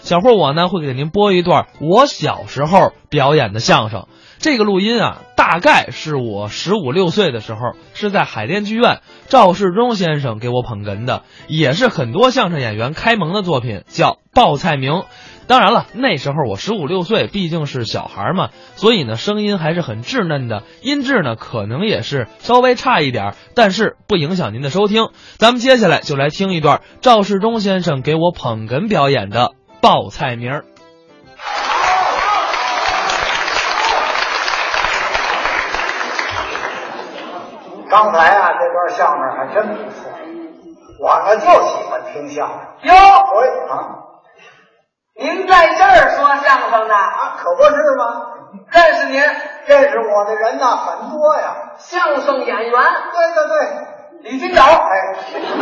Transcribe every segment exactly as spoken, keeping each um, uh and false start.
小慧我呢会给您播一段我小时候表演的相声。这个录音啊，大概是我十五六岁的时候，是在海淀剧院赵世忠先生给我捧哏的，也是很多相声演员开蒙的作品，叫《报菜名》。当然了，那时候我十五六岁，毕竟是小孩嘛，所以呢声音还是很稚嫩的，音质呢可能也是稍微差一点，但是不影响您的收听。咱们接下来就来听一段赵世忠先生给我捧哏表演的《报菜名》。 刚才啊，这段相声还真不错，我呢就喜欢听相声。 哟， 喂啊， 您在这儿说相声呢？ 啊，可不是吗？ 认识您？ 认识我的人呢很多呀。 相声演员？ 对对对， 李金斗。 哎，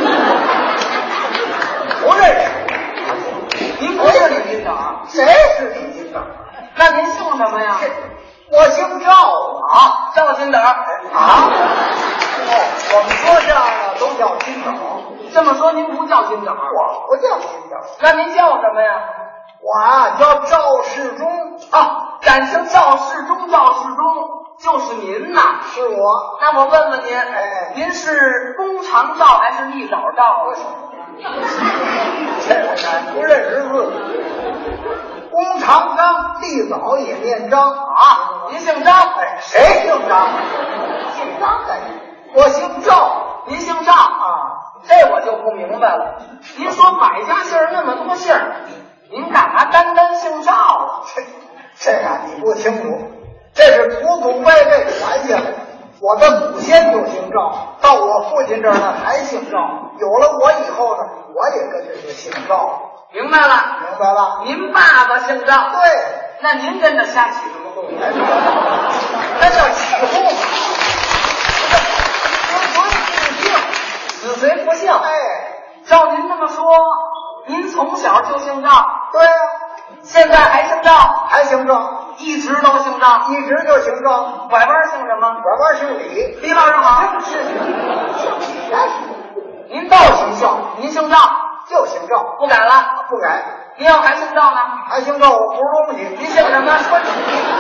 不认识。 您不是李金斗？ 谁是李金斗？ 那您姓什么呀？ 我姓赵啊，赵金斗。 啊？哦，我们说相声呢都叫金斗。 这么说您不叫金斗？ 我不叫金斗。 那您叫什么呀？ 我啊叫赵世忠。 啊，感情赵世忠，赵世忠就是您呐。 是我。 那我问问您， 哎， 您是弓长赵还是一枣赵？ 这个咱不认识字。弓长张，立早也念张啊。您姓张？ 哎，谁姓张？姓张哎，我姓赵。 您姓赵啊？这我就不明白了。您说百家姓那么多姓，您干嘛单单姓赵啊？ 这这个你不清楚，这是祖祖辈辈传下来。我的祖先就姓赵，到我父亲这儿呢还姓赵，有了我以后呢，我也跟着就姓赵。 明白了， 明白了。 您爸爸姓赵， 对， 那您跟着瞎起什么哄？ 那叫起哄。 子随不姓。 哎， 照您这么说，您从小就姓赵？ 对呀、 啊，现在还姓赵？ 还姓赵， 一直都姓赵， 一直就姓赵。 拐弯姓什么？ 拐弯姓李。 李老师好。 是是。 您倒姓赵，您姓赵就姓赵， 不改了？ 不改。 您要还姓赵呢？ 还姓赵，我不是东西。 您姓什么？说你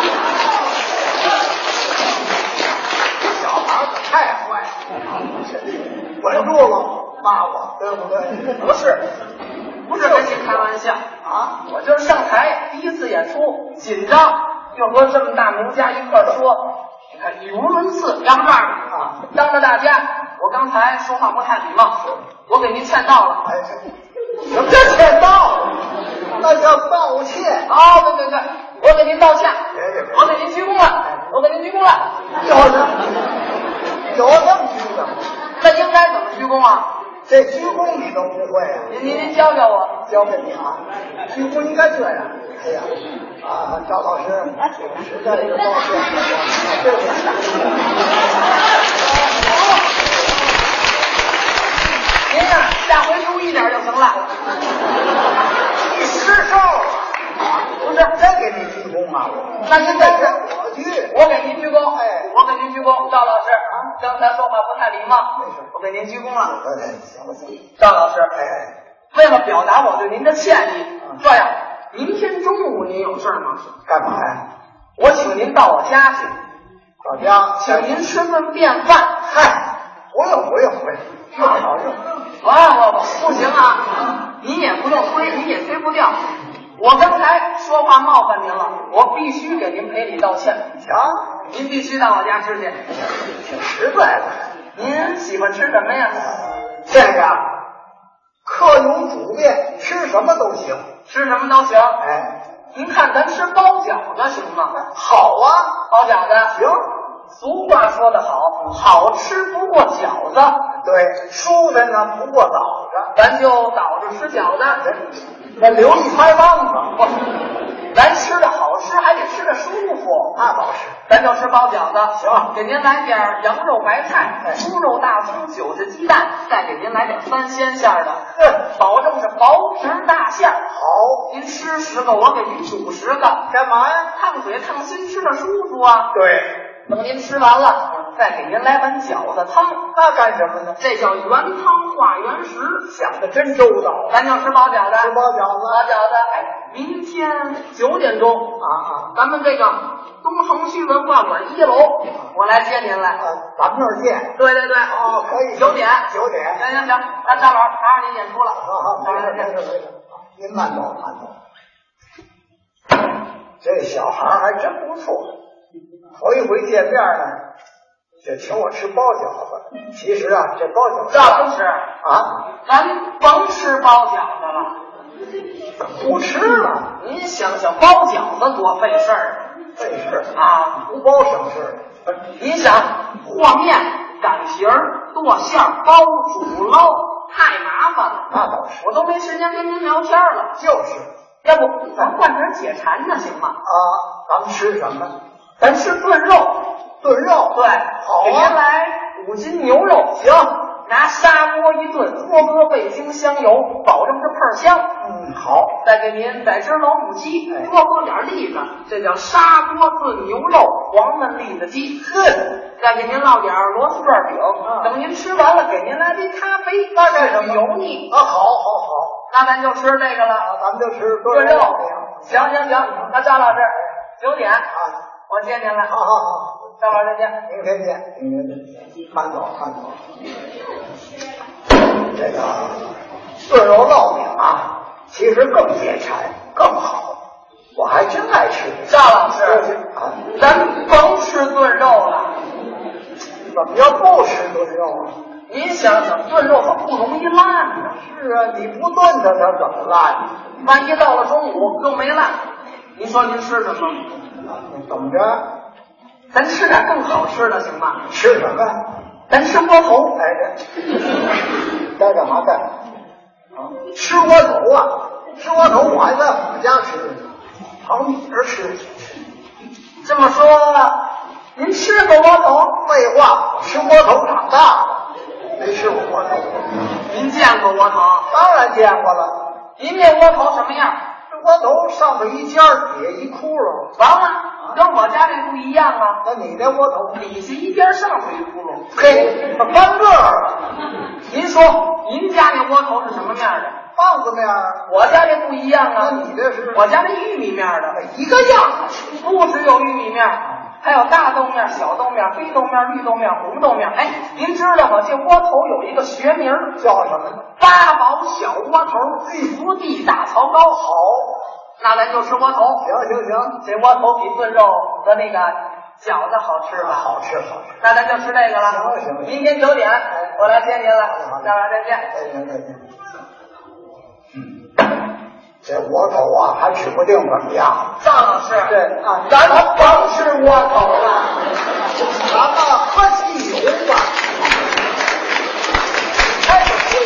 小孩可太坏了，稳住了，骂我，对不对？ 不是，不是跟您开玩笑啊！ 我就是上台第一次演出，紧张，又和这么大名家一块说，你看语无伦次，要不这样啊，当着大家，我刚才说话不太礼貌，我给您劝到了。 哎，什么叫劝到？那叫道歉。 哦，对对对，我给您道歉， 别别别， 我给您鞠躬了，我给您鞠躬了。 有的，有这么鞠的？ 那应该怎么鞠躬啊？ 这鞠躬你都不会啊？ 您您您教教我， 教给你啊！鞠躬应该这样。哎呀，啊，赵老师，实在是抱歉，对不起。 您呀、啊，下回注意点就行了。 你失手了啊！不是，真给你鞠躬啊！ 那您在这我鞠， 我给您鞠躬。 哎， 我给您鞠躬，赵老师啊，刚才说话不太礼貌， 没事， 我给您鞠躬了。 哎，行了行了， 赵老师， 哎， 为了表达我对您的歉意，这样，明天中午您有事吗？ 干嘛呀？ 我请您到我家去， 到家， 请您吃顿便饭。 嗨，不用不用不用，那倒用。 不不不，不行啊！您也不用推，您也推不掉。我刚才说话冒犯您了，我必须给您赔礼道歉。 行， 您必须到我家吃去， 挺实在的。 您喜欢吃什么呀？ 这个客有主便，吃什么都行， 吃什么都行。 哎， 您看咱吃包饺子行吗？ 好啊， 包饺子行。 俗话说得好，好吃不过饺子。 对，舒坦呢不过倒着， 咱就倒着吃饺子， 那留一拍帮子。 不，咱吃的好吃，还得吃的舒服。 那倒是， 咱就吃包饺子， 行， 给您来点羊肉白菜、猪肉大葱、韭菜鸡蛋，再给您来点三鲜馅的， 哼， 保证是薄皮大馅。 好， 您吃十个，我给您煮十个， 干嘛呀？ 烫嘴烫心，吃的舒服啊。 对， 等您吃完了， 再给您来碗饺子汤。 那干什么呢？ 这叫原汤化原食， 想的真周到。 咱就吃包饺子， 吃包饺子， 包饺子。哎，明天九点钟啊啊， 咱们这个东城区文化馆一楼，我来接您来。 啊，咱们那儿见。 对对对， 哦，可以。 九点， 九点。 行行行，咱大老打扰您演出了。 好好，没事没事没事，您慢走慢走。这小孩还真不错，头一回见面呢，就请我吃包饺子。其实啊，这包饺子赵不吃啊， 咱甭吃包饺子了， 不吃了。 您想想，包饺子多费事儿， 费事啊， 不包省事。 您想和面、擀皮儿、剁馅儿、包、煮、捞，太麻烦了。 那倒是， 我都没时间跟您聊天了。 就是， 要不咱换点解馋的行吗？ 啊，咱们吃什么？ 咱吃炖肉。 炖肉， 对， 好啊。 给您来五斤牛肉， 行。 拿砂锅一炖，锅搁味精香油，保证这泡香。 嗯，好。 再给您宰只老母鸡， 哎、 多搁点栗子，这叫砂锅炖牛肉，黄焖栗子鸡。 呵， 再给您烙点螺丝转饼， 嗯、 等您吃完了，给您来杯咖啡， 那干什么？ 油腻啊，好，好，好。 那咱就吃这个了， 啊、咱们就吃炖肉。行行行，那赵老师九点啊， 我接您来。 好好好。 赵老师见， 明天见，明天见，慢走慢走。这个炖肉烙饼啊，其实更解馋，更好，我还真爱吃。 赵老师， 啊， 咱甭吃炖肉了。 怎么叫不吃炖肉啊？ 您想想，炖肉可不容易烂呢。 是啊，你不炖它，它怎么烂？ 万一到了中午又没烂，您说您吃什么？ 怎么着？ 咱吃点更好吃的行吗？ 吃什么？ 咱吃窝头。 哎，这该干嘛干？啊，吃窝头啊！吃窝头我还在我们家吃，跑你这儿吃。 这么说，您吃过窝头？ 废话，我吃窝头长大的，没吃过窝头。 您见过窝头？ 当然见过了。 您这窝头什么样？ 这窝头上头一尖儿，底下一窟窿。 完了。跟我家这不一样啊！ 那你那窝头底下一边，上头一窟窿， 嘿，翻个儿。 您说您家那窝头是什么面的？ 棒子面。 我家这不一样啊！ 那你这是？ 我家这玉米面的， 一个样。 不只有玉米面，还有大豆面、小豆面、黑豆面、绿豆面、红豆面。哎，您知道吗？这窝头有一个学名， 叫什么呢？ 八宝小窝头，福地大槽糕。 好。 那咱就吃窝头。 行行行， 这窝头比炖肉和那个饺子好吃吧？ 好吃好吃。 那咱就吃这个了。 行行。 明天九点我来接您了。 好的待会儿再见。 再见再见。嗯，这窝头啊，还指不定怎么样。 赵老师， 对啊， 咱们甭吃窝头了， 咱们喝汽油吧。 开始。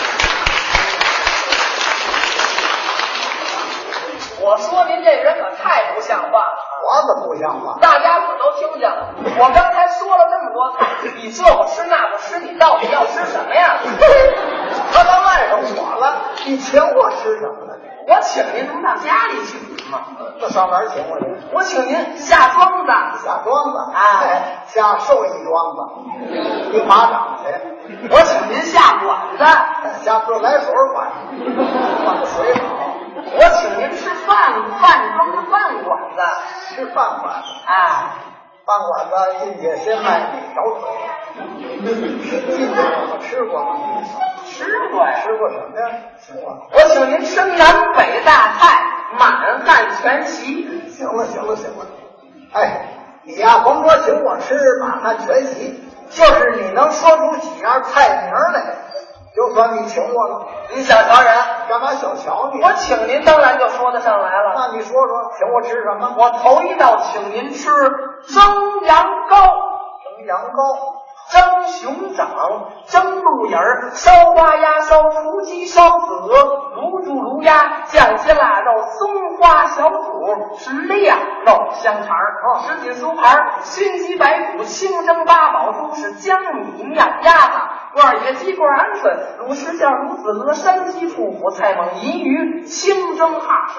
我说您这人可太不像话了！ 我怎么不像话？ 大家可都听见了，我刚才说了这么多菜，你这不吃那不吃，你到底要吃什么呀？ 他倒赖上我了，你请我吃什么呢？ 我请您能到家里请您吗？ 那上哪儿请我去？ 我请您下庄子， 下庄子啊， 哎，下寿衣庄子，听马掌去。 我请您下馆子， 下自来水馆，放水好。 我请您吃饭饭庄的饭馆子， 吃饭馆啊， 饭馆子进去先卖哪条腿？进去我吃过吗？ 吃过呀。 吃过什么呀？行了， 我请您吃南北大菜，满汉全席。 行了行了行了，哎，你呀甭说请我吃满汉全席，就是你能说出几样菜名来，就算你请我了。 你小瞧人， 干嘛小瞧你？ 我请您当然就说得上来了。 那你说说，请我吃什么？ 我头一道请您吃蒸羊羔， 蒸羊羔。 蒸熊掌、蒸鹿眼儿、烧花鸭烧、雏鸡烧子鹅、卤猪卤鸭、酱鸡腊肉、松花小肚，是晾肉香肠儿，什锦酥盘、熏鸡白骨、清蒸八宝猪，是江米酿鸭子、二野鸡冠鹌鹑、卤石馅、卤子鹅、山鸡兔脯、菜蟒银鱼、清蒸哈士马、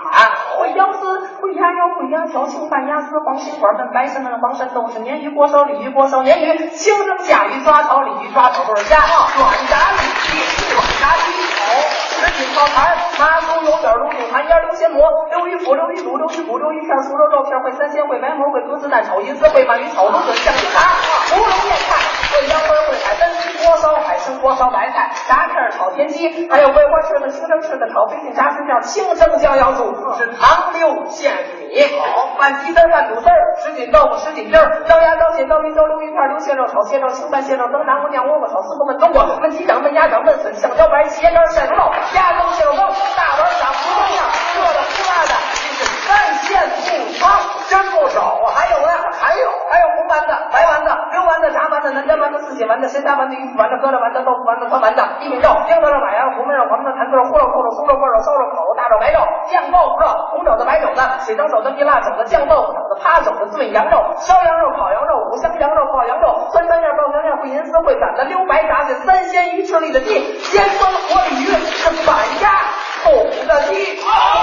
我腰丝回家腰回家条青饭鸭丝黄心管焖白参焖黄山豆是鲶鱼锅烧鲤鱼锅烧鲶鱼清蒸甲鱼抓草鲤鱼抓草对虾软炸鲤鱼软炸鸡头什锦烧盘麻酥油角卤煮盘烟溜鲜蘑溜鱼脯溜鱼肚溜鱼骨溜鱼片酥肉肉片烩三鲜烩白馍烩鸽子蛋炒银丝烩鳗鱼炒芦笋酱青茶胡蓉面菜烩腰花烩海参锅烧海参锅烧白菜炸片炒田鸡还有桂花翅的清蒸翅的炒飞禽炸丝面清蒸椒腰肚是糖溜馅米好拌鸡丝拌肚丝什锦豆腐什锦汁儿椒鸭椒蟹椒鱼椒溜鱼片溜蟹肉炒蟹肉清拌蟹肉蒸南瓜酱窝瓜炒丝瓜焖冬瓜焖鸡掌焖鸭掌焖笋香蕉白茄干晒肉鸭羹蟹肉羹大碗小胡同样热的乎辣的这是三鲜素汤真不少啊还有呢还有还有红丸子白丸子溜丸子炸丸子南煎丸子四喜丸子咸虾丸子鱼腐丸子疙瘩丸子豆腐丸子宽丸子地米肉丁豆肉马羊红焖肉黄焖坛子肉胡肉扣肉酥肉棍肉烧肉口大肉白肉酱豆腐肉红肘子白肘子水蒸肘子蜜辣肘子酱豆腐肘子趴肘子炖羊肉烧羊肉烤羊肉五香羊肉爆羊肉酸汤面爆香面烩银丝烩胆子溜白炸子三鲜鱼翅里的地鲜酸活鲤鱼是板鸭桶的鸡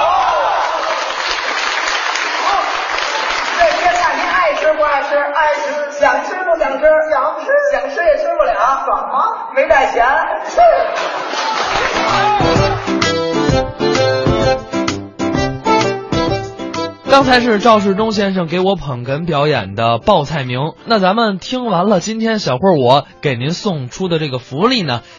这些菜您爱吃不爱吃？爱吃，想吃不想吃？想吃，想吃也吃不了。怎么？没带钱。 刚才是赵世忠先生给我捧哏表演的报菜名。那咱们听完了今天小慧我给您送出的这个福利呢，